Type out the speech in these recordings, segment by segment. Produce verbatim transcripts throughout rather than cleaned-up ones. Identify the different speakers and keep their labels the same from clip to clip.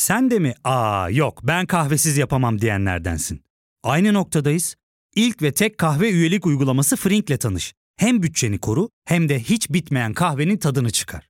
Speaker 1: Sen de mi aa yok ben kahvesiz yapamam diyenlerdensin? Aynı noktadayız. İlk ve tek kahve üyelik uygulaması Frink'le tanış. Hem bütçeni koru hem de hiç bitmeyen kahvenin tadını çıkar.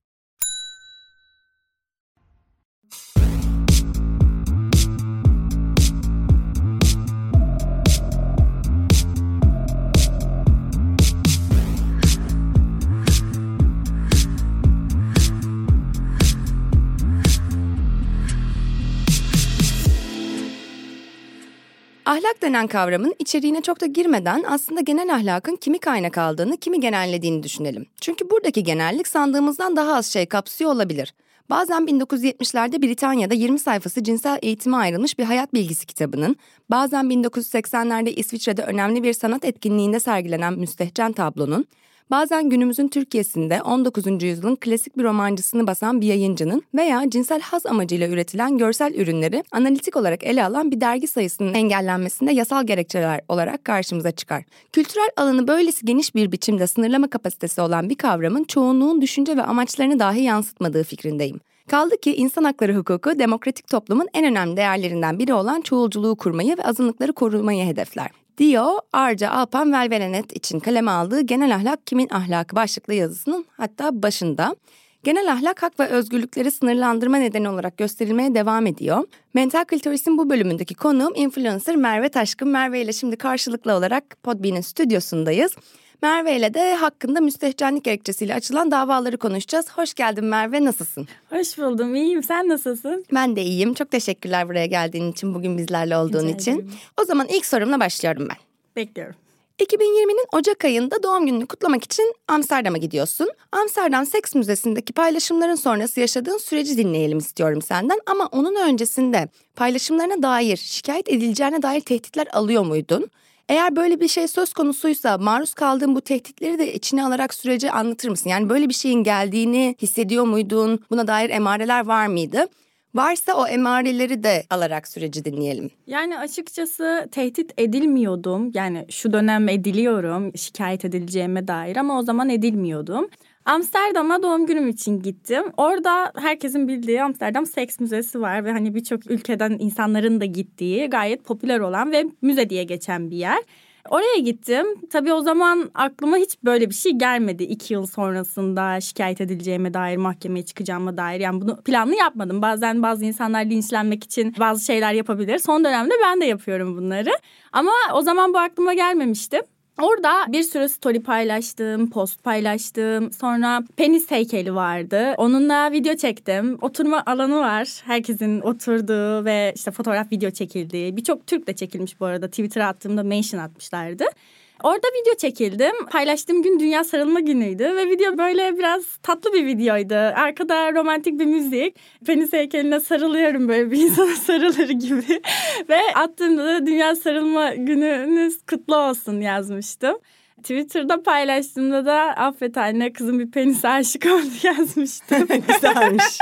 Speaker 2: Ahlak denen kavramın içeriğine çok da girmeden aslında genel ahlakın kimi kaynak aldığını, kimi genellediğini düşünelim. Çünkü buradaki genellik sandığımızdan daha az şey kapsıyor olabilir. Bazen bin dokuz yüz yetmişlerde Britanya'da yirmi sayfası cinsel eğitime ayrılmış bir hayat bilgisi kitabının, bazen bin dokuz yüz seksenlerde İsviçre'de önemli bir sanat etkinliğinde sergilenen müstehcen tablonun, bazen günümüzün Türkiye'sinde on dokuzuncu yüzyılın klasik bir romancısını basan bir yayıncının veya cinsel haz amacıyla üretilen görsel ürünleri analitik olarak ele alan bir dergi sayısının engellenmesinde yasal gerekçeler olarak karşımıza çıkar. Kültürel alanı böylesi geniş bir biçimde sınırlama kapasitesi olan bir kavramın çoğunluğun düşünce ve amaçlarını dahi yansıtmadığı fikrindeyim. Kaldı ki insan hakları hukuku demokratik toplumun en önemli değerlerinden biri olan çoğulculuğu kurmayı ve azınlıkları korumayı hedefler. Diyor, Arca Alpan Velvelenet için kaleme aldığı Genel Ahlak Kimin Ahlakı başlıklı yazısının hatta başında. Genel ahlak hak ve özgürlükleri sınırlandırma nedeni olarak gösterilmeye devam ediyor. Mental Klitoris'in bu bölümündeki konuğum influencer Merve Taşkın. Merve ile şimdi karşılıklı olarak Podbean'in stüdyosundayız. Merve ile de hakkında müstehcenlik gerekçesiyle açılan davaları konuşacağız. Hoş geldin Merve, nasılsın?
Speaker 3: Hoş buldum, iyiyim. Sen nasılsın?
Speaker 2: Ben de iyiyim. Çok teşekkürler buraya geldiğin için, bugün bizlerle olduğun
Speaker 3: Rica
Speaker 2: için.
Speaker 3: ederim.
Speaker 2: O zaman ilk sorumla başlıyorum ben.
Speaker 3: Bekliyorum.
Speaker 2: iki bin yirminin Ocak ayında doğum gününü kutlamak için Amsterdam'a gidiyorsun. Amsterdam Seks Müzesi'ndeki paylaşımların sonrası yaşadığın süreci dinleyelim istiyorum senden. Ama onun öncesinde paylaşımlarına dair, şikayet edileceğine dair tehditler alıyor muydun? Eğer böyle bir şey söz konusuysa maruz kaldığın bu tehditleri de içine alarak süreci anlatır mısın? Yani böyle bir şeyin geldiğini hissediyor muydun? Buna dair emareler var mıydı? Varsa o emareleri de alarak süreci dinleyelim.
Speaker 3: Yani açıkçası tehdit edilmiyordum. Yani şu dönem ediliyorum şikayet edileceğime dair ama o zaman edilmiyordum. Amsterdam'a doğum günüm için gittim. Orada herkesin bildiği Amsterdam Seks Müzesi var ve hani birçok ülkeden insanların da gittiği gayet popüler olan ve müze diye geçen bir yer. Oraya gittim. Tabii o zaman aklıma hiç böyle bir şey gelmedi. İki yıl sonrasında şikayet edileceğime dair, mahkemeye çıkacağıma dair. Yani bunu planlı yapmadım. Bazen bazı insanlar linçlenmek için bazı şeyler yapabilir. Son dönemde ben de yapıyorum bunları. Ama o zaman bu aklıma gelmemişti. Orada bir sürü story paylaştım, post paylaştım. Sonra penis heykeli vardı. Onunla video çektim. Oturma alanı var. Herkesin oturduğu ve işte fotoğraf, video çekildiği. Birçok Türk de çekilmiş bu arada. Twitter'a attığımda mention atmışlardı. Orada video çekildim. Paylaştığım gün Dünya Sarılma Günü'ydü ve video böyle biraz tatlı bir videoydu. Arkada romantik bir müzik. Penis heykeline sarılıyorum böyle bir insana sarılır gibi. Ve attığımda da Dünya Sarılma Günü'nüz kutlu olsun yazmıştım. Twitter'da paylaştığımda da affet anne kızım bir penise aşık oldu yazmıştım.
Speaker 2: Güzelmiş.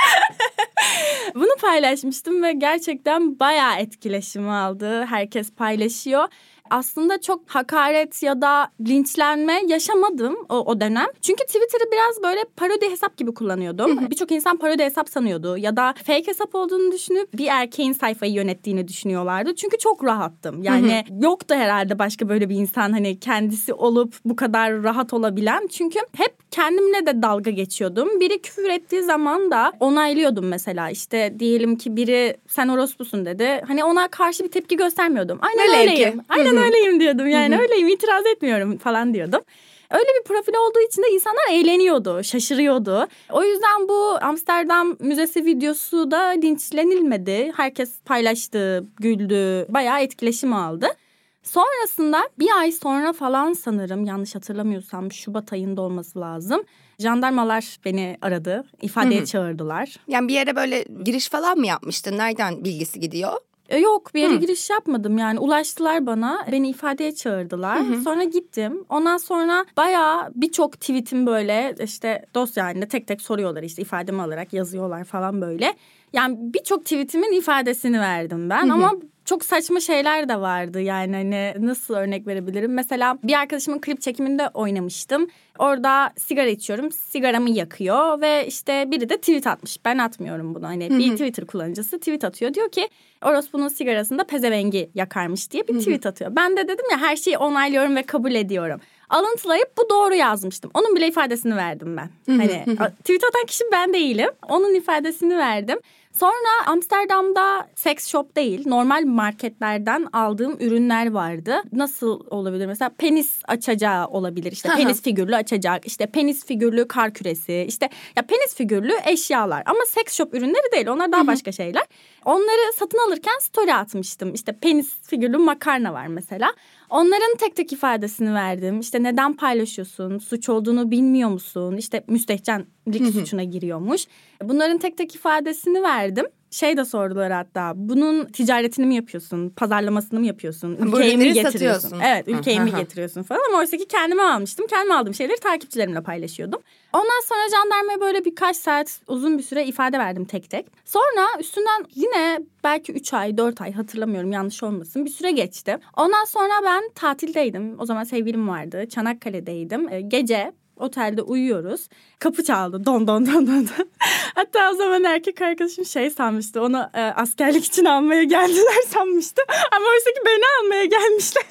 Speaker 3: Bunu paylaşmıştım ve gerçekten bayağı etkileşimi aldı. Herkes paylaşıyor. Aslında çok hakaret ya da linçlenme yaşamadım o, o dönem. Çünkü Twitter'ı biraz böyle parodi hesap gibi kullanıyordum. Birçok insan parodi hesap sanıyordu ya da fake hesap olduğunu düşünüp bir erkeğin sayfayı yönettiğini düşünüyorlardı. Çünkü çok rahattım. Yani yoktu herhalde başka böyle bir insan hani kendisi olup bu kadar rahat olabilen. Çünkü hep kendimle de dalga geçiyordum. Biri küfür ettiği zaman da onaylıyordum mesela. İşte diyelim ki biri sen orospusun dedi. Hani ona karşı bir tepki göstermiyordum. Aynen
Speaker 2: Öyle
Speaker 3: öyleyim.
Speaker 2: ki.
Speaker 3: Aynen öyleyim diyordum. Yani öyleyim, itiraz etmiyorum falan diyordum. Öyle bir profil olduğu için de insanlar eğleniyordu, şaşırıyordu. O yüzden bu Amsterdam Müzesi videosu da linçlenilmedi. Herkes paylaştı, güldü, bayağı etkileşim aldı. Sonrasında bir ay sonra falan sanırım, yanlış hatırlamıyorsam Şubat ayında olması lazım. Jandarmalar beni aradı, ifadeye hı hı. çağırdılar.
Speaker 2: Yani bir yere böyle giriş falan mı yapmıştın? Nereden bilgisi gidiyor?
Speaker 3: Yok, bir yere Hı. giriş yapmadım yani, ulaştılar bana, beni ifadeye çağırdılar. Hı hı. Sonra gittim. Ondan sonra bayağı birçok tweetim böyle işte dosya halinde tek tek soruyorlar, işte ifademi alarak yazıyorlar falan böyle. Yani birçok tweetimin ifadesini verdim ben. Hı hı. Ama çok saçma şeyler de vardı yani hani nasıl örnek verebilirim? Mesela bir arkadaşımın klip çekiminde oynamıştım. Orada sigara içiyorum, sigaramı yakıyor ve işte biri de tweet atmış. Ben atmıyorum bunu, hani bir Twitter kullanıcısı tweet atıyor. Diyor ki orospunun sigarasında pezevengi yakarmış diye bir tweet atıyor. Ben de dedim ya her şeyi onaylıyorum ve kabul ediyorum. Alıntılayıp bu doğru yazmıştım. Onun bile ifadesini verdim ben. Hani tweet atan kişi ben değilim. Onun ifadesini verdim. Sonra Amsterdam'da sex shop değil, normal marketlerden aldığım ürünler vardı. Nasıl olabilir? Mesela penis açacağı olabilir. İşte penis figürlü açacak, işte penis figürlü kar küresi, işte ya penis figürlü eşyalar. Ama sex shop ürünleri değil, onlar daha başka şeyler. Onları satın alırken story atmıştım. İşte penis figürlü makarna var mesela. Onların tek tek ifadesini verdim. İşte neden paylaşıyorsun? Suç olduğunu bilmiyor musun? İşte müstehcenlik suçuna giriyormuş. Bunların tek tek ifadesini verdim. Şey de sordular hatta. Bunun ticaretini mi yapıyorsun? Pazarlamasını mı yapıyorsun? Ülkeye mi getiriyorsun? Evet, ülkeye mi getiriyorsun falan. Ama oysa ki kendime almıştım. Kendime aldığım şeyleri takipçilerimle paylaşıyordum. Ondan sonra jandarmaya böyle birkaç saat uzun bir süre ifade verdim tek tek. Sonra üstünden yine belki üç ay, dört ay hatırlamıyorum yanlış olmasın. Bir süre geçti. Ondan sonra ben tatildeydim. O zaman sevgilim vardı. Çanakkale'deydim. Gece otelde uyuyoruz. Kapı çaldı. Don don don don. Hatta o zaman erkek arkadaşım şey sanmıştı. Onu e, askerlik için almaya geldiler sanmıştı. Ama oysa ki beni almaya gelmişler.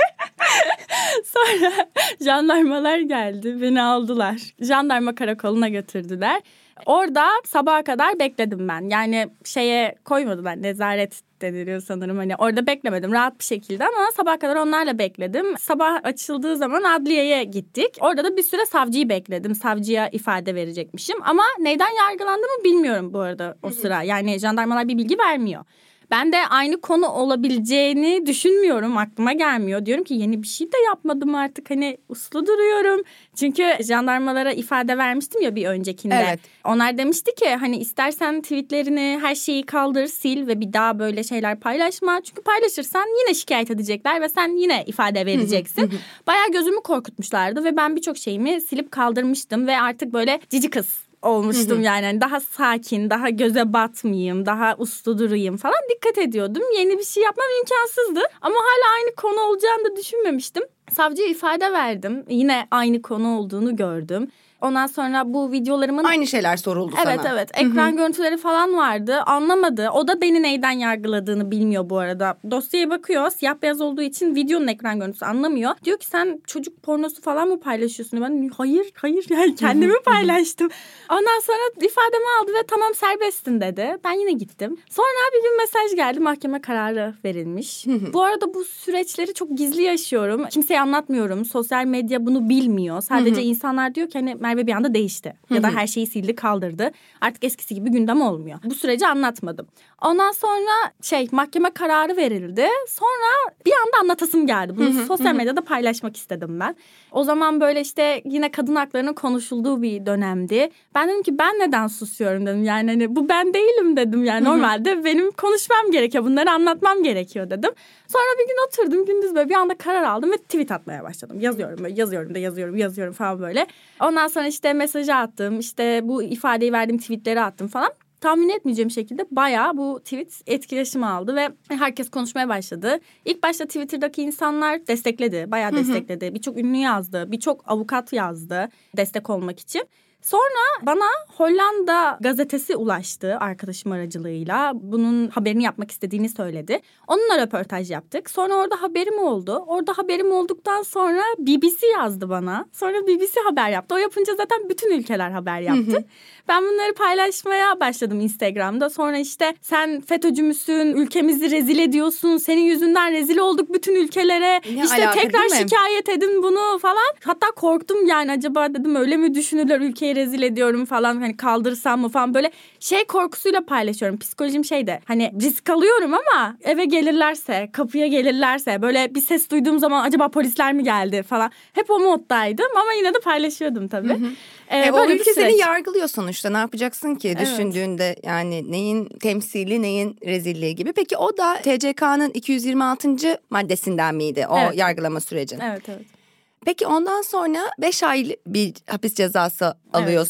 Speaker 3: Sonra jandarmalar geldi. Beni aldılar. Jandarma karakoluna götürdüler. Orada sabaha kadar bekledim ben. Yani şeye koymadılar, nezaret deniliyor sanırım. Hani orada beklemedim rahat bir şekilde ama sabaha kadar onlarla bekledim. Sabah açıldığı zaman adliyeye gittik. Orada da bir süre savcıyı bekledim. Savcıya ifade verecekmişim. Ama neyden yargılandığımı bilmiyorum bu arada o sıra. Yani jandarmalar bir bilgi vermiyor. Ben de aynı konu olabileceğini düşünmüyorum. Aklıma gelmiyor. Diyorum ki yeni bir şey de yapmadım artık. Hani uslu duruyorum. Çünkü jandarmalara ifade vermiştim ya bir öncekinde. Evet. Onlar demişti ki hani istersen tweetlerini her şeyi kaldır, sil ve bir daha böyle şeyler paylaşma. Çünkü paylaşırsan yine şikayet edecekler ve sen yine ifade vereceksin. Bayağı gözümü korkutmuşlardı ve ben birçok şeyimi silip kaldırmıştım ve artık böyle cici kız olmuştum. Hı hı. Yani hani daha sakin, daha göze batmayayım, daha uslu durayım falan dikkat ediyordum. Yeni bir şey yapmam imkansızdı ama hala aynı konu olacağını da düşünmemiştim. Savcıya ifade verdim. Yine aynı konu olduğunu gördüm. Ondan sonra bu videolarımın...
Speaker 2: Aynı şeyler soruldu
Speaker 3: evet,
Speaker 2: sana.
Speaker 3: Evet evet. Ekran Hı-hı. görüntüleri falan vardı. Anlamadı. O da beni neyden yargıladığını bilmiyor bu arada. Dosyaya bakıyor. Siyah beyaz olduğu için videonun ekran görüntüsü anlamıyor. Diyor ki sen çocuk pornosu falan mı paylaşıyorsun? Ben hayır hayır yani kendimi Hı-hı. paylaştım. Ondan sonra ifademi aldı ve tamam serbestsin dedi. Ben yine gittim. Sonra bir gün mesaj geldi. Mahkeme kararı verilmiş. Hı-hı. Bu arada bu süreçleri çok gizli yaşıyorum. Kimseye anlatmıyorum. Sosyal medya bunu bilmiyor. Sadece Hı-hı. insanlar diyor ki hani Merve bir anda değişti. Ya Hı-hı. da her şeyi sildi kaldırdı. Artık eskisi gibi gündem olmuyor. Bu süreci anlatmadım. Ondan sonra şey mahkeme kararı verildi. Sonra bir anda anlatasım geldi. Bunu Hı-hı. sosyal medyada paylaşmak istedim ben. O zaman böyle işte yine kadın haklarının konuşulduğu bir dönemdi. Ben dedim ki ben neden susuyorum dedim. Yani hani bu ben değilim dedim. Yani Hı-hı. normalde benim konuşmam gerekiyor. Bunları anlatmam gerekiyor dedim. Sonra bir gün oturdum gündüz böyle bir anda karar aldım ve tweet atmaya başladım. Yazıyorum böyle yazıyorum da yazıyorum yazıyorum falan böyle. Ondan sonra işte mesajı attım, işte bu ifadeyi verdiğim tweetleri attım falan. Tahmin etmeyeceğim şekilde bayağı bu tweet etkileşim aldı ve herkes konuşmaya başladı. İlk başta Twitter'daki insanlar destekledi, bayağı destekledi. Birçok ünlü yazdı, birçok avukat yazdı destek olmak için. Sonra bana Hollanda gazetesi ulaştı arkadaşım aracılığıyla. Bunun haberini yapmak istediğini söyledi. Onunla röportaj yaptık. Sonra orada haberim oldu. Orada haberim olduktan sonra B B C yazdı bana. Sonra B B C haber yaptı. O yapınca zaten bütün ülkeler haber yaptı. Hı hı. Ben bunları paylaşmaya başladım Instagram'da. Sonra işte sen FETÖ'cü müsün? Ülkemizi rezil ediyorsun. Senin yüzünden rezil olduk bütün ülkelere. Ne işte alaka, tekrar şikayet edin bunu falan. Hatta korktum yani acaba dedim öyle mi düşünürler ülkeyi rezil ediyorum falan hani kaldırsam mı falan böyle şey korkusuyla paylaşıyorum. Psikolojim şeyde hani risk alıyorum ama eve gelirlerse kapıya gelirlerse böyle bir ses duyduğum zaman acaba polisler mi geldi falan hep o moddaydım ama yine de paylaşıyordum tabii. Hı hı. Ee,
Speaker 2: e, o ülke seni yargılıyor sonuçta ne yapacaksın ki evet. düşündüğünde yani neyin temsili neyin rezilliği gibi. Peki o da T C K'nın iki yüz yirmi altıncı maddesinden miydi o evet. yargılama sürecinin?
Speaker 3: Evet evet.
Speaker 2: Peki ondan sonra beş ay bir hapis cezası alıyorsun. Evet.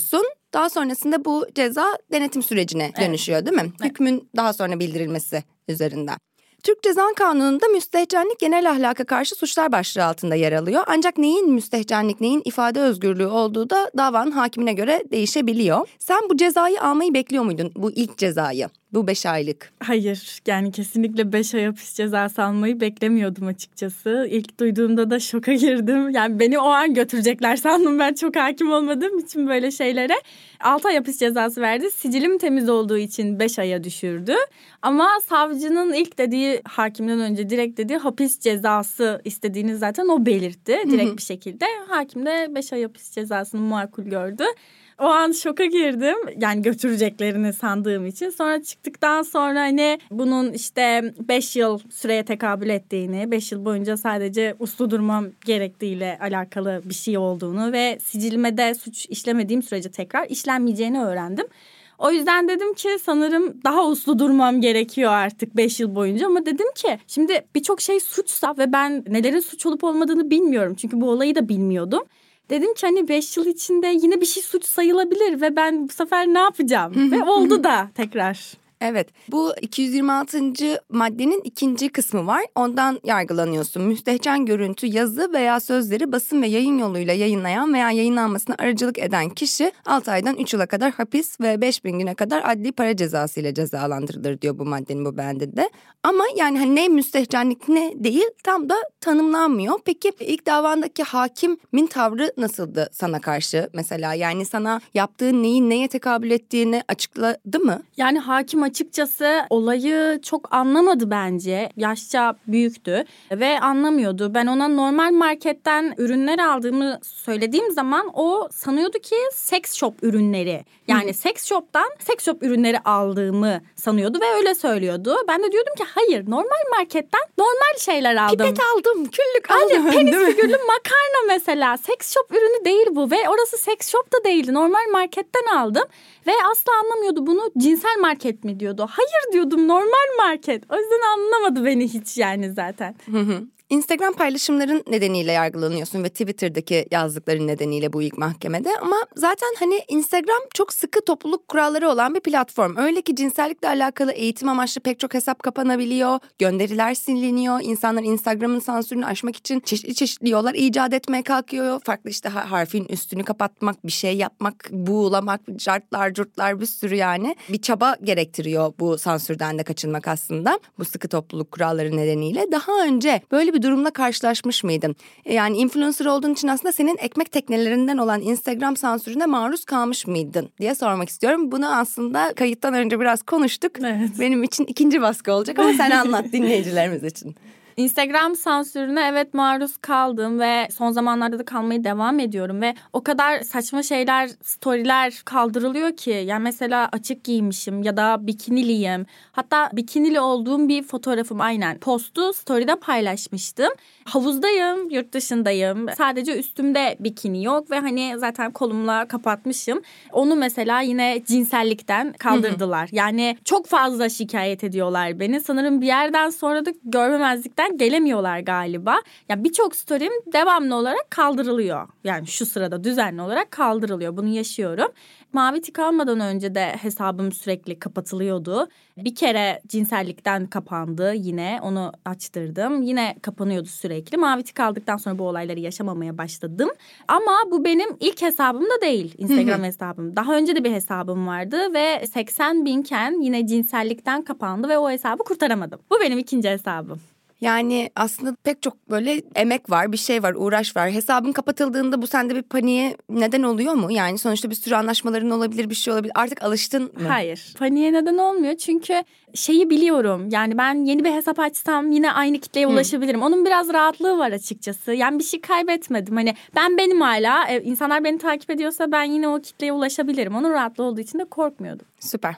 Speaker 2: Daha sonrasında bu ceza denetim sürecine
Speaker 3: Evet.
Speaker 2: dönüşüyor değil mi?
Speaker 3: Evet.
Speaker 2: Hükmün daha sonra bildirilmesi üzerinden. Türk Ceza Kanunu'nda müstehcenlik genel ahlaka karşı suçlar başlığı altında yer alıyor. Ancak neyin müstehcenlik, neyin ifade özgürlüğü olduğu da davanın hakimine göre değişebiliyor. Sen bu cezayı almayı bekliyor muydun, bu ilk cezayı? Bu beş aylık.
Speaker 3: Hayır, yani kesinlikle beş ay hapis cezası almayı beklemiyordum açıkçası. İlk duyduğumda da şoka girdim. Yani beni o an götürecekler sandım, ben çok hakim olmadığım için böyle şeylere. altı ay hapis cezası verdi. Sicilim temiz olduğu için beş aya düşürdü. Ama savcının ilk dediği, hakimden önce direkt dediği hapis cezası istediğini zaten o belirtti. Direkt bir şekilde. Hakim de beş ay hapis cezasını makul gördü. O an şoka girdim, yani götüreceklerini sandığım için. Sonra çıktıktan sonra hani bunun işte beş yıl süreye tekabül ettiğini, beş yıl boyunca sadece uslu durmam gerektiğiyle alakalı bir şey olduğunu ve sicilime de suç işlemediğim sürece tekrar işlenmeyeceğini öğrendim. O yüzden dedim ki sanırım daha uslu durmam gerekiyor artık beş yıl boyunca. Ama dedim ki şimdi birçok şey suçsa ve ben nelerin suç olup olmadığını bilmiyorum. Çünkü bu olayı da bilmiyordum. Dedim ki hani beş yıl içinde yine bir şey suç sayılabilir ve ben bu sefer ne yapacağım? Ve oldu da tekrar.
Speaker 2: Evet, bu iki yüz yirmi altıncı maddenin ikinci kısmı var. Ondan yargılanıyorsun. Müstehcen görüntü, yazı veya sözleri basın ve yayın yoluyla yayınlayan veya yayınlanmasına aracılık eden kişi altı aydan üç yıla kadar hapis ve beş bin güne kadar adli para cezası ile cezalandırılır diyor bu maddenin bu bendinde. Ama yani hani ne müstehcenlik ne değil tam da tanımlanmıyor. Peki ilk davandaki hakimin tavrı nasıldı sana karşı mesela? Yani sana yaptığı neyin neye tekabül ettiğini açıkladı mı?
Speaker 3: Yani hakim açıkçası olayı çok anlamadı bence. Yaşça büyüktü ve anlamıyordu. Ben ona normal marketten ürünler aldığımı söylediğim zaman o sanıyordu ki sex shop ürünleri. Yani Hı. sex shop'tan sex shop ürünleri aldığımı sanıyordu ve öyle söylüyordu. Ben de diyordum ki hayır, normal marketten normal şeyler aldım.
Speaker 2: Pipet aldım, küllük aldım.
Speaker 3: Hayır, penis figürlü makarna mesela. Sex shop ürünü değil bu ve orası sex shop da değildi. Normal marketten aldım ve asla anlamıyordu bunu. Cinsel market mi diyordu. Hayır diyordum, normal market. O yüzden anlamadı beni hiç yani zaten.
Speaker 2: Hı hı. Instagram paylaşımların nedeniyle yargılanıyorsun ve Twitter'daki yazdıkların nedeniyle bu ilk mahkemede. Ama zaten hani Instagram çok sıkı topluluk kuralları olan bir platform. Öyle ki cinsellikle alakalı eğitim amaçlı pek çok hesap kapanabiliyor. Gönderiler siliniyor. İnsanlar Instagram'ın sansürünü aşmak için çeşitli çeşitli yollar icat etmeye kalkıyor. Farklı işte harfin üstünü kapatmak, bir şey yapmak, buğulamak, cartlar, curtlar bir sürü yani. Bir çaba gerektiriyor bu sansürden de kaçınmak aslında. Bu sıkı topluluk kuralları nedeniyle. Daha önce böyle bir durumla karşılaşmış mıydın? Yani influencer olduğun için aslında senin ekmek teknelerinden olan Instagram sansürüne maruz kalmış mıydın diye sormak istiyorum. Bunu aslında kayıttan önce biraz konuştuk.
Speaker 3: Evet.
Speaker 2: Benim için ikinci baskı olacak ama sen anlat dinleyicilerimiz için.
Speaker 3: Instagram sansürüne evet maruz kaldım ve son zamanlarda da kalmaya devam ediyorum ve o kadar saçma şeyler, storyler kaldırılıyor ki. Yani mesela açık giymişim ya da bikiniliyim. Hatta bikinili olduğum bir fotoğrafım aynen postu story'de paylaşmıştım. Havuzdayım, yurt dışındayım. Sadece üstümde bikini yok ve hani zaten kolumla kapatmışım. Onu mesela yine cinsellikten kaldırdılar. Yani çok fazla şikayet ediyorlar beni. Sanırım bir yerden sonra da görmemezlikten gelemiyorlar galiba. Ya birçok story'm devamlı olarak kaldırılıyor. Yani şu sırada düzenli olarak kaldırılıyor. Bunu yaşıyorum. Mavi tik almadan önce de hesabım sürekli kapatılıyordu. Bir kere cinsellikten kapandı yine. Onu açtırdım. Yine kapanıyordu sürekli. Mavi tik aldıktan sonra bu olayları yaşamamaya başladım. Ama bu benim ilk hesabım da değil. Instagram hesabım. Daha önce de bir hesabım vardı ve seksen binken yine cinsellikten kapandı ve o hesabı kurtaramadım. Bu benim ikinci hesabım.
Speaker 2: Yani aslında pek çok böyle emek var, bir şey var, uğraş var. Hesabın kapatıldığında bu sende bir paniğe neden oluyor mu? Yani sonuçta bir sürü anlaşmaların olabilir, bir şey olabilir. Artık alıştın mı?
Speaker 3: Hayır. Paniğe neden olmuyor çünkü şeyi biliyorum. Yani ben yeni bir hesap açsam yine aynı kitleye Hı. ulaşabilirim. Onun biraz rahatlığı var açıkçası. Yani bir şey kaybetmedim. Hani ben benim hala, insanlar beni takip ediyorsa ben yine o kitleye ulaşabilirim. Onun rahatlığı olduğu için de korkmuyordum.
Speaker 2: Süper.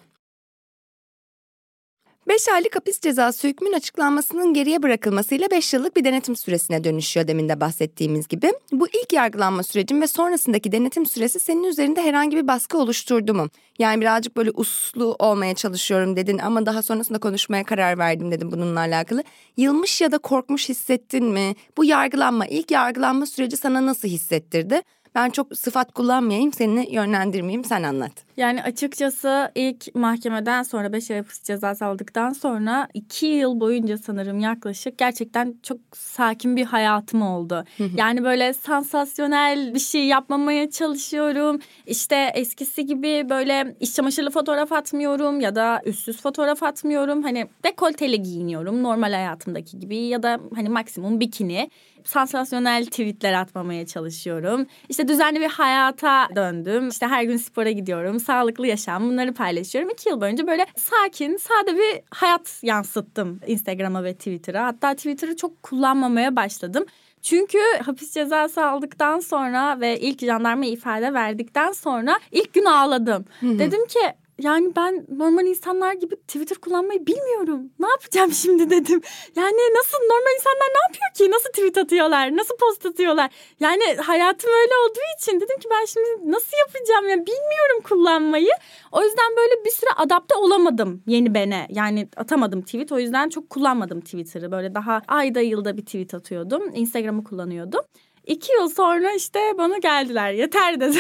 Speaker 2: beş aylık hapis cezası hükmün açıklanmasının geriye bırakılmasıyla beş yıllık bir denetim süresine dönüşüyor demin de bahsettiğimiz gibi. Bu ilk yargılanma sürecin ve sonrasındaki denetim süresi senin üzerinde herhangi bir baskı oluşturdu mu? Yani birazcık böyle uslu olmaya çalışıyorum dedin ama daha sonrasında konuşmaya karar verdim dedim bununla alakalı. Yılmış ya da korkmuş hissettin mi? Bu yargılanma, ilk yargılanma süreci sana nasıl hissettirdi? Ben çok sıfat kullanmayayım, seni yönlendirmeyeyim, sen anlat.
Speaker 3: Yani açıkçası ilk mahkemeden sonra beş ay hapis cezası aldıktan sonra iki yıl boyunca sanırım yaklaşık gerçekten çok sakin bir hayatım oldu. Yani böyle sansasyonel bir şey yapmamaya çalışıyorum. İşte eskisi gibi böyle iç çamaşırlı fotoğraf atmıyorum ya da üstsüz fotoğraf atmıyorum. Hani dekolteli giyiniyorum normal hayatımdaki gibi ya da hani maksimum bikini. Sansasyonel tweetler atmamaya çalışıyorum. İşte düzenli bir hayata döndüm. İşte her gün spora gidiyorum. Sağlıklı yaşam, bunları paylaşıyorum. İki yıl boyunca böyle sakin, sade bir hayat yansıttım Instagram'a ve Twitter'a. Hatta Twitter'ı çok kullanmamaya başladım. Çünkü hapis cezası aldıktan sonra ve ilk jandarma ifade verdikten sonra ilk gün ağladım. Hı hı. Dedim ki yani ben normal insanlar gibi Twitter kullanmayı bilmiyorum. Ne yapacağım şimdi dedim. Yani nasıl normal insanlar ne yapıyor ki? Nasıl tweet atıyorlar? Nasıl post atıyorlar? Yani hayatım öyle olduğu için dedim ki ben şimdi nasıl yapacağım? Yani bilmiyorum kullanmayı. O yüzden böyle bir süre adapte olamadım yeni bene. Yani atamadım tweet. O yüzden çok kullanmadım Twitter'ı. Böyle daha ayda yılda bir tweet atıyordum. Instagram'ı kullanıyordum. İki yıl sonra işte bana geldiler. Yeter dedim.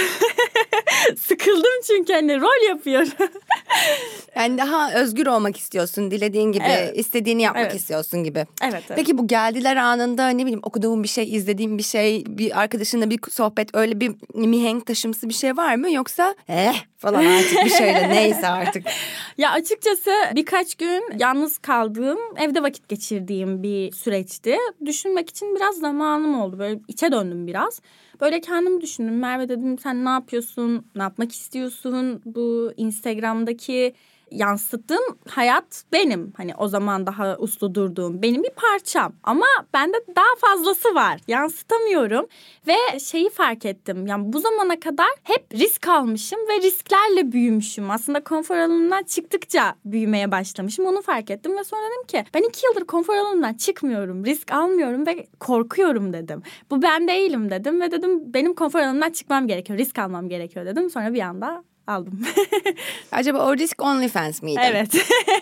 Speaker 3: Sıkıldım çünkü hani rol yapıyorum.
Speaker 2: Yani daha özgür olmak istiyorsun. Dilediğin gibi, evet. istediğini yapmak evet. istiyorsun gibi.
Speaker 3: Evet, evet.
Speaker 2: Peki bu geldiler anında ne bileyim okuduğun bir şey, izlediğin bir şey, bir arkadaşınla bir sohbet, öyle bir mihenk taşımsı bir şey var mı? Yoksa eh falan artık bir şeyle neyse artık.
Speaker 3: Ya açıkçası birkaç gün yalnız kaldığım, evde vakit geçirdiğim bir süreçti. Düşünmek için biraz zamanım oldu. Böyle içe döndüm biraz. Böyle kendimi düşündüm. Merve dedim sen ne yapıyorsun? Ne yapmak istiyorsun? Bu Instagram'daki yansıttığım hayat benim. Hani o zaman daha uslu durduğum benim bir parçam. Ama bende daha fazlası var. Yansıtamıyorum. Ve şeyi fark ettim. Yani bu zamana kadar hep risk almışım ve risklerle büyümüşüm. Aslında konfor alanından çıktıkça büyümeye başlamışım. Onu fark ettim ve sonra dedim ki ben iki yıldır konfor alanından çıkmıyorum. Risk almıyorum ve korkuyorum dedim. Bu ben değilim dedim ve dedim benim konfor alanından çıkmam gerekiyor. Risk almam gerekiyor dedim. Sonra bir anda aldım.
Speaker 2: Acaba o risk OnlyFans miydi?
Speaker 3: Evet.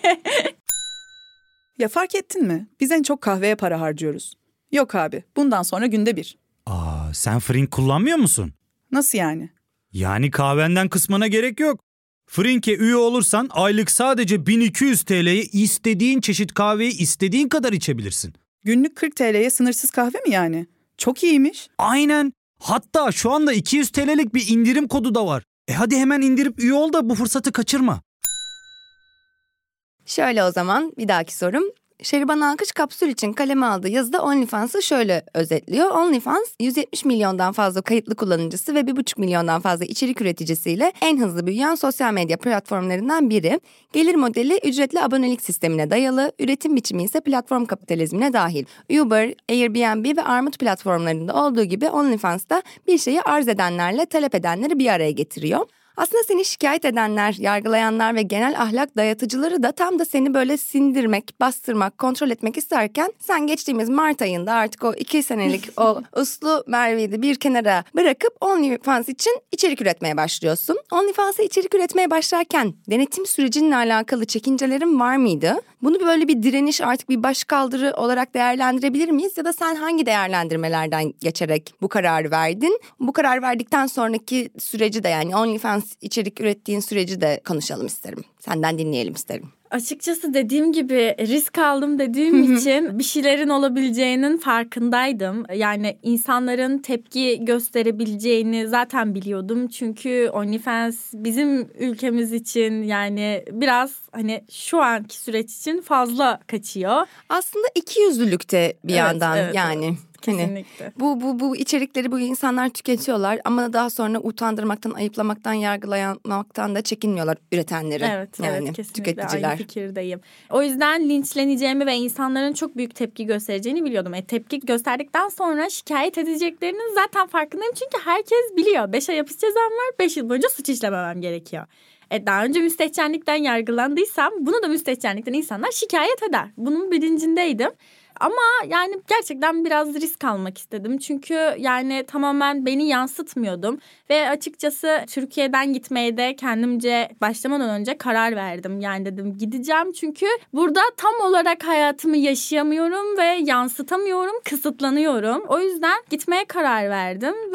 Speaker 4: Ya fark ettin mi? Biz en çok kahveye para harcıyoruz. Yok abi, bundan sonra günde bir.
Speaker 1: Aa, sen Frink kullanmıyor musun?
Speaker 4: Nasıl yani?
Speaker 1: Yani kahvenden kısmına gerek yok. Frink'e üye olursan aylık sadece bin iki yüz TL'ye istediğin çeşit kahveyi istediğin kadar içebilirsin.
Speaker 4: Günlük kırk TL'ye sınırsız kahve mi yani? Çok iyiymiş.
Speaker 1: Aynen. Hatta şu anda iki yüz TL'lik bir indirim kodu da var. E hadi hemen indirip üye ol da bu fırsatı kaçırma.
Speaker 2: Şöyle o zaman bir dahaki sorum. Şeriban Alkış kapsül için kaleme aldığı yazıda OnlyFans'ı şöyle özetliyor. OnlyFans yüz yetmiş milyondan fazla kayıtlı kullanıcısı ve bir buçuk milyondan fazla içerik üreticisiyle en hızlı büyüyen sosyal medya platformlarından biri. Gelir modeli ücretli abonelik sistemine dayalı, üretim biçimi ise platform kapitalizmine dahil. Uber, Airbnb ve Armut platformlarında olduğu gibi OnlyFans'ta bir şeyi arz edenlerle talep edenleri bir araya getiriyor. Aslında seni şikayet edenler, yargılayanlar ve genel ahlak dayatıcıları da tam da seni böyle sindirmek, bastırmak, kontrol etmek isterken sen geçtiğimiz Mart ayında artık o iki senelik o uslu Merve'yi de bir kenara bırakıp OnlyFans için içerik üretmeye başlıyorsun. OnlyFans'a içerik üretmeye başlarken denetim sürecinle alakalı çekincelerin var mıydı? Bunu böyle bir direniş, artık bir başkaldırı olarak değerlendirebilir miyiz? Ya da sen hangi değerlendirmelerden geçerek bu kararı verdin? Bu karar verdikten sonraki süreci de, yani OnlyFans içerik ürettiğin süreci de konuşalım isterim. Senden dinleyelim isterim.
Speaker 3: Açıkçası dediğim gibi risk aldım dediğim için bir şeylerin olabileceğinin farkındaydım. Yani insanların tepki gösterebileceğini zaten biliyordum. Çünkü OnlyFans bizim ülkemiz için yani biraz hani şu anki süreç için fazla kaçıyor.
Speaker 2: Aslında ikiyüzlülükte bir
Speaker 3: evet,
Speaker 2: yandan
Speaker 3: evet,
Speaker 2: yani.
Speaker 3: Evet. Kesinlikle.
Speaker 2: Hani bu bu bu içerikleri bu insanlar tüketiyorlar ama daha sonra utandırmaktan, ayıplamaktan, yargılamaktan da çekinmiyorlar üretenleri.
Speaker 3: Evet,
Speaker 2: yani,
Speaker 3: evet kesinlikle
Speaker 2: tüketiciler.
Speaker 3: aynı fikirdeyim. O yüzden linçleneceğimi ve insanların çok büyük tepki göstereceğini biliyordum. E, tepki gösterdikten sonra şikayet edeceklerinin zaten farkındayım. Çünkü herkes biliyor. Beş ay hapis cezam var, beş yıl boyunca suç işlememem gerekiyor. E, daha önce müstehcenlikten yargılandıysam bunu da müstehcenlikten insanlar şikayet eder. Bunun bilincindeydim. Ama yani gerçekten biraz risk almak istedim. Çünkü yani tamamen beni yansıtmıyordum. Ve açıkçası Türkiye'den gitmeye de kendimce başlamadan önce karar verdim. Yani dedim gideceğim çünkü burada tam olarak hayatımı yaşayamıyorum ve yansıtamıyorum, kısıtlanıyorum. O yüzden gitmeye karar verdim ve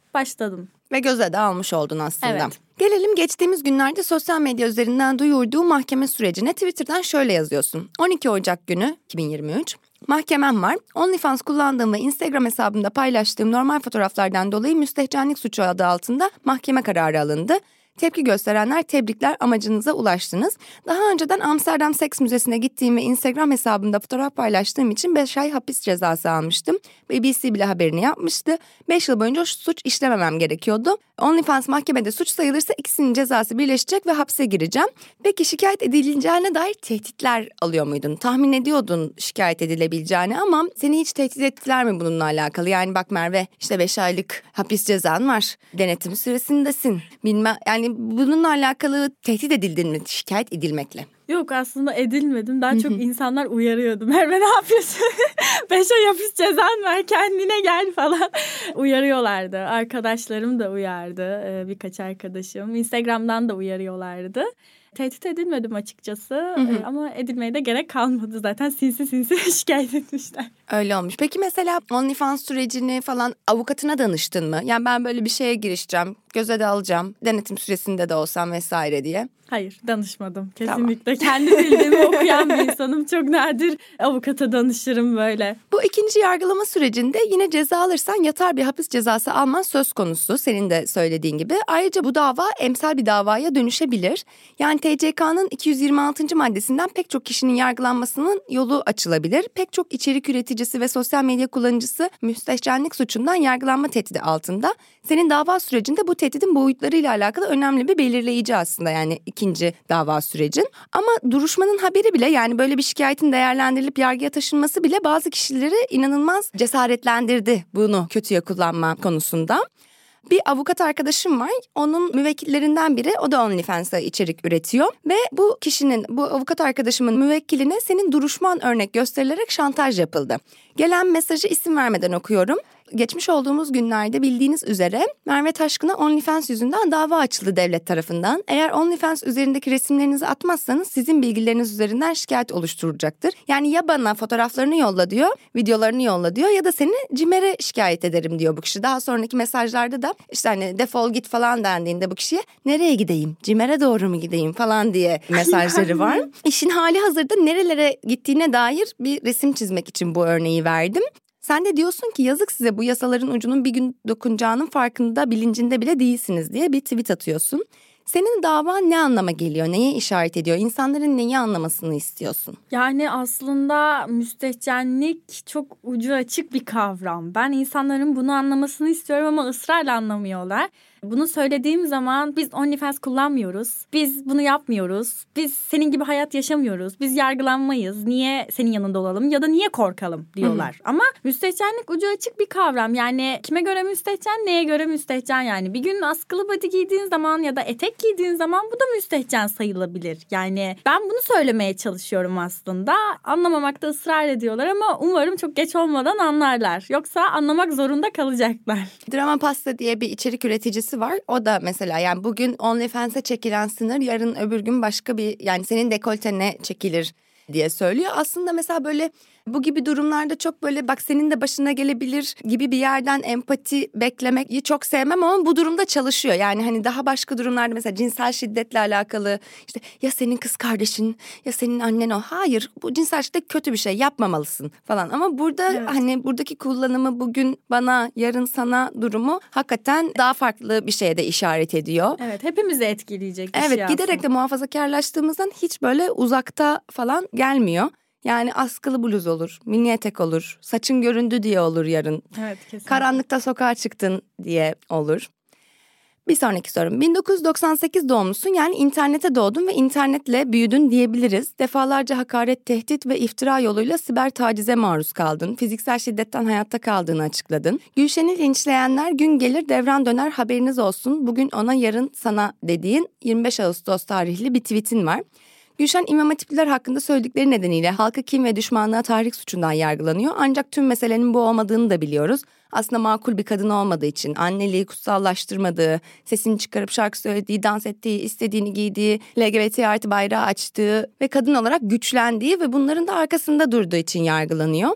Speaker 3: başladım.
Speaker 2: Ve göze de almış oldun aslında.
Speaker 3: Evet.
Speaker 2: Gelelim geçtiğimiz günlerde sosyal medya üzerinden duyurduğu mahkeme sürecine. Twitter'dan şöyle yazıyorsun. on iki Ocak günü iki bin yirmi üç. Mahkemem var. OnlyFans kullandığım ve Instagram hesabımda paylaştığım normal fotoğraflardan dolayı müstehcenlik suçu adı altında mahkeme kararı alındı. Tepki gösterenler tebrikler, amacınıza ulaştınız. Daha önceden Amsterdam Seks Müzesi'ne gittiğim ve Instagram hesabımda fotoğraf paylaştığım için beş ay hapis cezası almıştım. B B C bile haberini yapmıştı. beş yıl boyunca suç işlememem gerekiyordu. OnlyFans mahkemede suç sayılırsa ikisinin cezası birleşecek ve hapse gireceğim. Peki şikayet edileceğine dair tehditler alıyor muydun? Tahmin ediyordun şikayet edilebileceğini ama seni hiç tehdit ettiler mi bununla alakalı? Yani bak Merve, işte beş aylık hapis cezan var. Denetim süresindesin. Bilmem, yani bununla alakalı tehdit edildin mi şikayet edilmekle?
Speaker 3: Yok, aslında edilmedim. Daha çok insanlar uyarıyordu. Merve ne yapıyorsun? Beş ay hapis cezan var, kendine gel falan. Uyarıyorlardı. Arkadaşlarım da uyardı. Birkaç arkadaşım. Instagram'dan da uyarıyorlardı. Tehdit edilmedim açıkçası. Hı hı. Ama edilmeye de gerek kalmadı. Zaten sinsi sinsi şikayet etmişler.
Speaker 2: Öyle olmuş. Peki mesela OnlyFans sürecini falan avukatına danıştın mı? Yani ben böyle bir şeye girişeceğim, göze de alacağım, denetim süresinde de olsam vesaire diye.
Speaker 3: Hayır, danışmadım. Kesinlikle. Tamam. Kendi bildiğimi okuyan bir insanım. Çok nadir avukata danışırım böyle.
Speaker 2: Bu ikinci yargılama sürecinde yine ceza alırsan yatar bir hapis cezası alman söz konusu. Senin de söylediğin gibi. Ayrıca bu dava emsal bir davaya dönüşebilir. Yani T C K'nın iki yüz yirmi altıncı maddesinden pek çok kişinin yargılanmasının yolu açılabilir. Pek çok içerik üreticisi ve sosyal medya kullanıcısı müstehcenlik suçundan yargılanma tehdidi altında. Senin dava sürecinde bu tehdidin boyutlarıyla alakalı önemli bir belirleyici aslında, yani ikinci dava sürecin. Ama duruşmanın haberi bile, yani böyle bir şikayetin değerlendirilip yargıya taşınması bile bazı kişileri inanılmaz cesaretlendirdi bunu kötüye kullanma konusunda. Bir avukat arkadaşım var. Onun müvekkillerinden biri, o da OnlyFans'a içerik üretiyor. Ve bu kişinin, bu avukat arkadaşımın müvekkiline senin duruşman örnek gösterilerek şantaj yapıldı. Gelen mesajı isim vermeden okuyorum. Geçmiş olduğumuz günlerde bildiğiniz üzere Merve Taşkın'a OnlyFans yüzünden dava açıldı devlet tarafından. Eğer OnlyFans üzerindeki resimlerinizi atmazsanız sizin bilgileriniz üzerinden şikayet oluşturulacaktır. Yani ya bana fotoğraflarını yolla diyor, videolarını yolla diyor, ya da seni CİMER'e şikayet ederim diyor bu kişi. Daha sonraki mesajlarda da işte hani defol git falan dendiğinde bu kişiye nereye gideyim, CİMER'e doğru mu gideyim falan diye mesajları var. İşin hali hazırda nerelere gittiğine dair bir resim çizmek için bu örneği verdim. Sen de diyorsun ki yazık size, bu yasaların ucunun bir gün dokunacağının farkında, bilincinde bile değilsiniz diye bir tweet atıyorsun. Senin davan ne anlama geliyor? Neye işaret ediyor? İnsanların neyi anlamasını istiyorsun?
Speaker 3: Yani aslında müstehcenlik çok ucu açık bir kavram. Ben insanların bunu anlamasını istiyorum ama ısrarla anlamıyorlar. Bunu söylediğim zaman biz OnlyFans kullanmıyoruz, biz bunu yapmıyoruz, biz senin gibi hayat yaşamıyoruz, biz yargılanmayız, niye senin yanında olalım ya da niye korkalım diyorlar. Hı hı. Ama müstehcenlik ucu açık bir kavram. Yani kime göre müstehcen, neye göre müstehcen yani. Bir gün askılı body giydiğin zaman ya da etek giydiğin zaman bu da müstehcen sayılabilir. Yani ben bunu söylemeye çalışıyorum aslında. Anlamamakta ısrar ediyorlar ama umarım çok geç olmadan anlarlar. Yoksa anlamak zorunda kalacaklar.
Speaker 2: Drama Pasta diye bir içerik üreticisi var. O da mesela, yani bugün OnlyFans'e çekilen sınır yarın öbür gün başka bir, yani senin dekoltene çekilir diye söylüyor. Aslında mesela böyle bu gibi durumlarda çok böyle bak senin de başına gelebilir gibi bir yerden empati beklemeyi çok sevmem ama bu durumda çalışıyor. Yani hani daha başka durumlarda mesela cinsel şiddetle alakalı, işte ya senin kız kardeşin ya senin annen o. Hayır, bu cinsel şiddet kötü bir şey, yapmamalısın falan. Ama burada evet, hani buradaki kullanımı bugün bana yarın sana durumu hakikaten daha farklı bir şeye de işaret ediyor.
Speaker 3: Evet, hepimizi etkileyecek bir
Speaker 2: evet,
Speaker 3: şey aslında.
Speaker 2: Giderek de muhafazakarlaştığımızdan hiç böyle uzakta falan gelmiyor. Yani askılı bluz olur, mini etek olur, saçın göründü diye olur yarın.
Speaker 3: Evet, kesinlikle.
Speaker 2: Karanlıkta sokağa çıktın diye olur. Bir sonraki sorum. bin dokuz yüz doksan sekiz doğumlusun, yani internete doğdun ve internetle büyüdün diyebiliriz. Defalarca hakaret, tehdit ve iftira yoluyla siber tacize maruz kaldın. Fiziksel şiddetten hayatta kaldığını açıkladın. Gülşen'i linçleyenler gün gelir devran döner haberiniz olsun, bugün ona yarın sana dediğin yirmi beş Ağustos tarihli bir tweetin var. Gülşen İmam Hatipliler hakkında söyledikleri nedeniyle halka kin ve düşmanlığa tahrik suçundan yargılanıyor. Ancak tüm meselenin bu olmadığını da biliyoruz. Aslında makul bir kadın olmadığı için, anneliği kutsallaştırmadığı, sesini çıkarıp şarkı söylediği, dans ettiği, istediğini giydiği, L G B T artı bayrağı açtığı ve kadın olarak güçlendiği ve bunların da arkasında durduğu için yargılanıyor.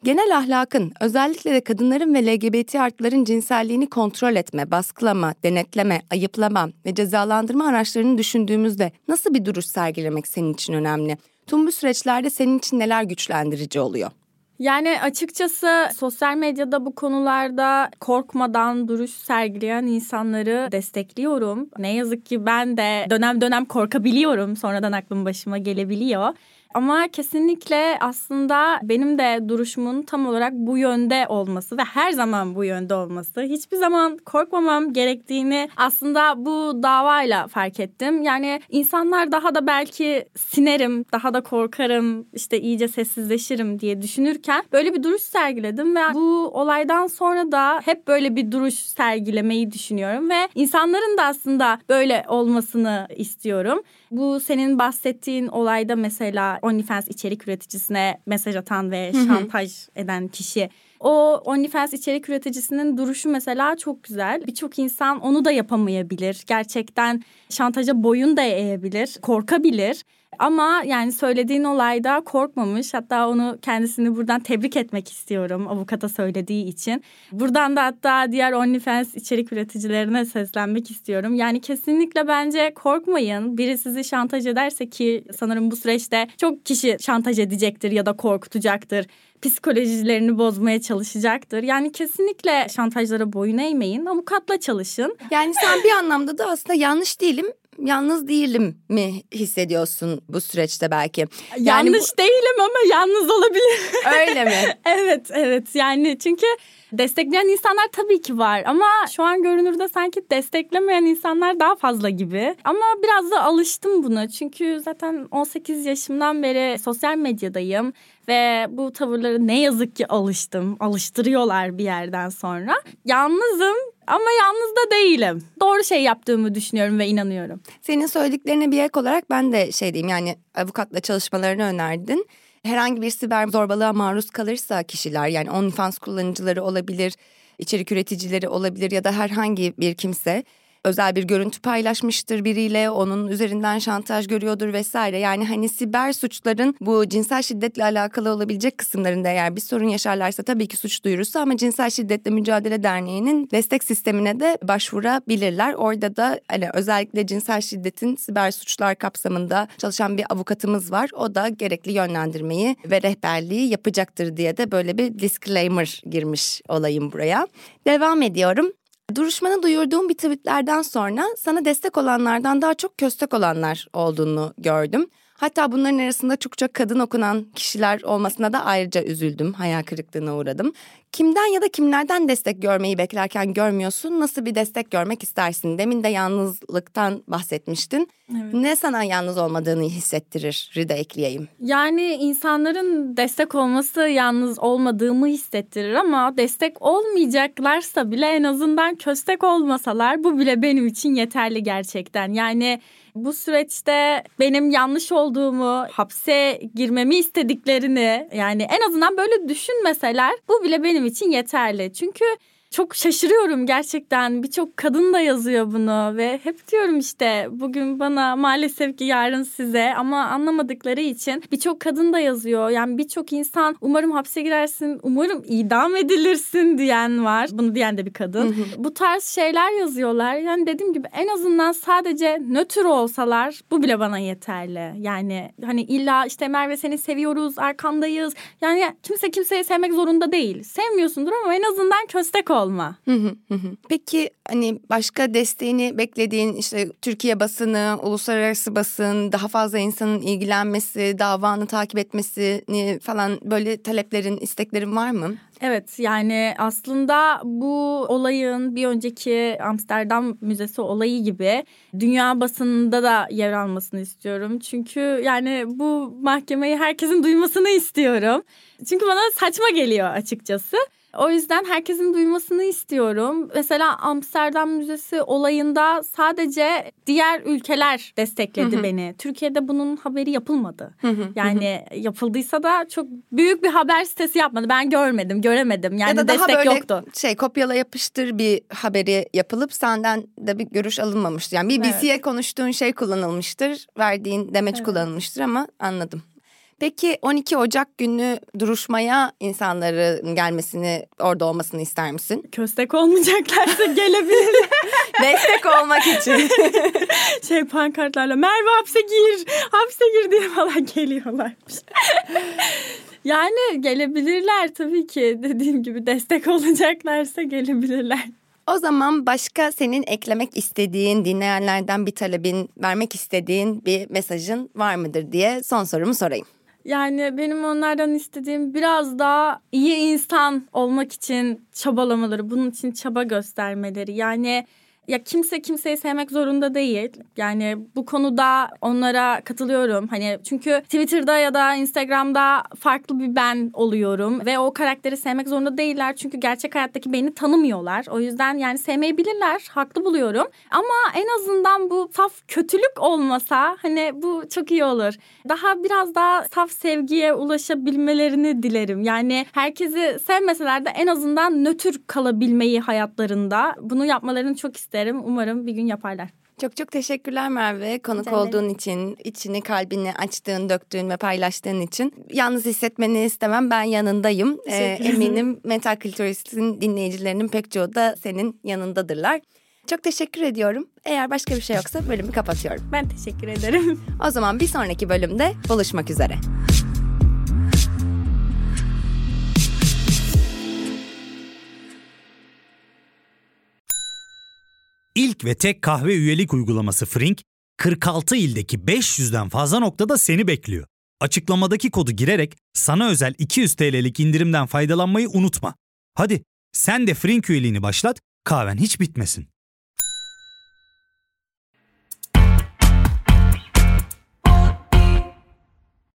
Speaker 2: Genel ahlakın, özellikle de kadınların ve L G B T artıların cinselliğini kontrol etme, baskılama, denetleme, ayıplama ve cezalandırma araçlarını düşündüğümüzde nasıl bir duruş sergilemek senin için önemli? Tüm bu süreçlerde senin için neler güçlendirici oluyor?
Speaker 3: Yani açıkçası sosyal medyada bu konularda korkmadan duruş sergileyen insanları destekliyorum. Ne yazık ki ben de dönem dönem korkabiliyorum. Sonradan aklım başıma gelebiliyor. Ama kesinlikle aslında benim de duruşumun tam olarak bu yönde olması ve her zaman bu yönde olması. Hiçbir zaman korkmamam gerektiğini aslında bu davayla fark ettim. Yani insanlar daha da belki sinerim, daha da korkarım, işte iyice sessizleşirim diye düşünürken böyle bir duruş sergiledim ve bu olaydan sonra da hep böyle bir duruş sergilemeyi düşünüyorum ve insanların da aslında böyle olmasını istiyorum. Bu senin bahsettiğin olayda mesela OnlyFans içerik üreticisine mesaj atan ve şantaj eden kişi. O OnlyFans içerik üreticisinin duruşu mesela çok güzel. Birçok insan onu da yapamayabilir. Gerçekten şantaja boyun da eğebilir, korkabilir. Ama yani söylediğin olayda korkmamış. Hatta onu kendisini buradan tebrik etmek istiyorum avukata söylediği için. Buradan da hatta diğer OnlyFans içerik üreticilerine seslenmek istiyorum. Yani kesinlikle bence korkmayın. Biri sizi şantaj ederse ki sanırım bu süreçte çok kişi şantaj edecektir ya da korkutacaktır. Psikolojilerini bozmaya çalışacaktır. Yani kesinlikle şantajlara boyun eğmeyin. Avukatla çalışın.
Speaker 2: Yani sen bir anlamda da aslında yanlış değilim, yalnız değilim mi hissediyorsun bu süreçte belki? Yani
Speaker 3: yanlış
Speaker 2: bu...
Speaker 3: değilim ama yalnız olabilir.
Speaker 2: Öyle mi?
Speaker 3: Evet, evet. Yani çünkü destekleyen insanlar tabii ki var ama şu an görünürde sanki desteklemeyen insanlar daha fazla gibi. Ama biraz da alıştım buna çünkü zaten on sekiz yaşımdan beri sosyal medyadayım ve bu tavırları ne yazık ki alıştım. Alıştırıyorlar bir yerden sonra. Yalnızım ama yalnız da değilim. Doğru şey yaptığımı düşünüyorum ve inanıyorum.
Speaker 2: Senin söylediklerine bir ek olarak ben de şey diyeyim, yani avukatla çalışmalarını önerdin. Herhangi bir siber zorbalığa maruz kalırsa kişiler, yani OnlyFans kullanıcıları olabilir, içerik üreticileri olabilir ya da herhangi bir kimse özel bir görüntü paylaşmıştır biriyle, onun üzerinden şantaj görüyordur vesaire. Yani hani siber suçların bu cinsel şiddetle alakalı olabilecek kısımlarında eğer bir sorun yaşarlarsa tabii ki suç duyurusu, ama Cinsel Şiddetle Mücadele Derneği'nin destek sistemine de başvurabilirler. Orada da hani özellikle cinsel şiddetin siber suçlar kapsamında çalışan bir avukatımız var. O da gerekli yönlendirmeyi ve rehberliği yapacaktır diye de böyle bir disclaimer girmiş olayım buraya. Devam ediyorum. Duruşmanı duyurduğum bir tweetlerden sonra sana destek olanlardan daha çok köstek olanlar olduğunu gördüm. Hatta bunların arasında çokça kadın okunan kişiler olmasına da ayrıca üzüldüm, hayal kırıklığına uğradım. Kimden ya da kimlerden destek görmeyi beklerken görmüyorsun? Nasıl bir destek görmek istersin? Demin de yalnızlıktan bahsetmiştin. Evet. Ne sana yalnız olmadığını hissettirir de ekleyeyim.
Speaker 3: Yani insanların destek olması yalnız olmadığımı hissettirir ama destek olmayacaklarsa bile en azından köstek olmasalar bu bile benim için yeterli gerçekten. Yani bu süreçte benim yanlış olduğumu, hapse girmemi istediklerini, yani en azından böyle düşünmeseler bu bile benim için yeterli. Çünkü çok şaşırıyorum gerçekten. Birçok kadın da yazıyor bunu ve hep diyorum işte bugün bana maalesef ki yarın size, ama anlamadıkları için birçok kadın da yazıyor. Yani birçok insan umarım hapse girersin, umarım idam edilirsin diyen var. Bunu diyen de bir kadın. Hı hı. Bu tarz şeyler yazıyorlar. Yani dediğim gibi en azından sadece nötr olsalar bu bile bana yeterli. Yani hani illa işte Merve seni seviyoruz, arkandayız. Yani kimse kimseyi sevmek zorunda değil. Sevmiyorsundur ama en azından köstek ol. Olma.
Speaker 2: Hı hı hı. Peki hani başka desteğini beklediğin işte Türkiye basını, uluslararası basın, daha fazla insanın ilgilenmesi, davanı takip etmesini falan, böyle taleplerin, isteklerin var mı?
Speaker 3: Evet, yani aslında bu olayın bir önceki Amsterdam Müzesi olayı gibi dünya basınında da yer almasını istiyorum. Çünkü yani bu mahkemeyi herkesin duymasını istiyorum. Çünkü bana saçma geliyor açıkçası. O yüzden herkesin duymasını istiyorum. Mesela Amsterdam Müzesi olayında sadece diğer ülkeler destekledi, hı hı, beni. Türkiye'de bunun haberi yapılmadı. Hı hı, yani hı. yapıldıysa da çok büyük bir haber sitesi yapmadı. Ben görmedim, göremedim. Yani
Speaker 2: ya da
Speaker 3: destek
Speaker 2: daha böyle
Speaker 3: yoktu.
Speaker 2: Şey, kopyala yapıştır bir haberi yapılıp senden de bir görüş alınmamıştı. Yani B B C'ye evet. konuştuğun şey kullanılmıştır, verdiğin demeç evet. kullanılmıştır ama anladım. Peki on iki Ocak günü duruşmaya insanların gelmesini, orada olmasını ister misin?
Speaker 3: Köstek olmayacaklarsa gelebilirler.
Speaker 2: Destek olmak için.
Speaker 3: Şey pankartlarla Merve hapse gir, hapse gir diye falan geliyorlarmış. Yani gelebilirler tabii ki, dediğim gibi destek olacaklarsa gelebilirler.
Speaker 2: O zaman başka senin eklemek istediğin, dinleyenlerden bir talebin, vermek istediğin bir mesajın var mıdır diye son sorumu sorayım.
Speaker 3: Yani benim onlardan istediğim biraz daha iyi insan olmak için çabalamaları, bunun için çaba göstermeleri. Yani ya kimse kimseyi sevmek zorunda değil. Yani bu konuda onlara katılıyorum. Hani çünkü Twitter'da ya da Instagram'da farklı bir ben oluyorum ve o karakteri sevmek zorunda değiller. Çünkü gerçek hayattaki beni tanımıyorlar. O yüzden yani sevmeyebilirler. Haklı buluyorum. Ama en azından bu saf kötülük olmasa hani bu çok iyi olur. Daha biraz daha saf sevgiye ulaşabilmelerini dilerim. Yani herkesi sevmeseler de en azından nötr kalabilmeyi hayatlarında. Bunu yapmalarını çok isterim. Umarım bir gün yaparlar.
Speaker 2: Çok çok teşekkürler Merve. Konuk
Speaker 3: Rica ederim.
Speaker 2: olduğun için, içini, kalbini açtığın, döktüğün ve paylaştığın için. Yalnız hissetmeni istemem. Ben yanındayım. Ee,
Speaker 3: Teşekkür ederim.
Speaker 2: eminim Mental Clitoris'in dinleyicilerinin pek çoğu da senin yanındadırlar. Çok teşekkür ediyorum. Eğer başka bir şey yoksa bölümü kapatıyorum.
Speaker 3: Ben teşekkür ederim.
Speaker 2: O zaman bir sonraki bölümde buluşmak üzere.
Speaker 1: İlk ve tek kahve üyelik uygulaması Frink, kırk altı ildeki beş yüzden fazla noktada seni bekliyor. Açıklamadaki kodu girerek sana özel iki yüz TL'lik indirimden faydalanmayı unutma. Hadi sen de Frink üyeliğini başlat, kahven hiç bitmesin.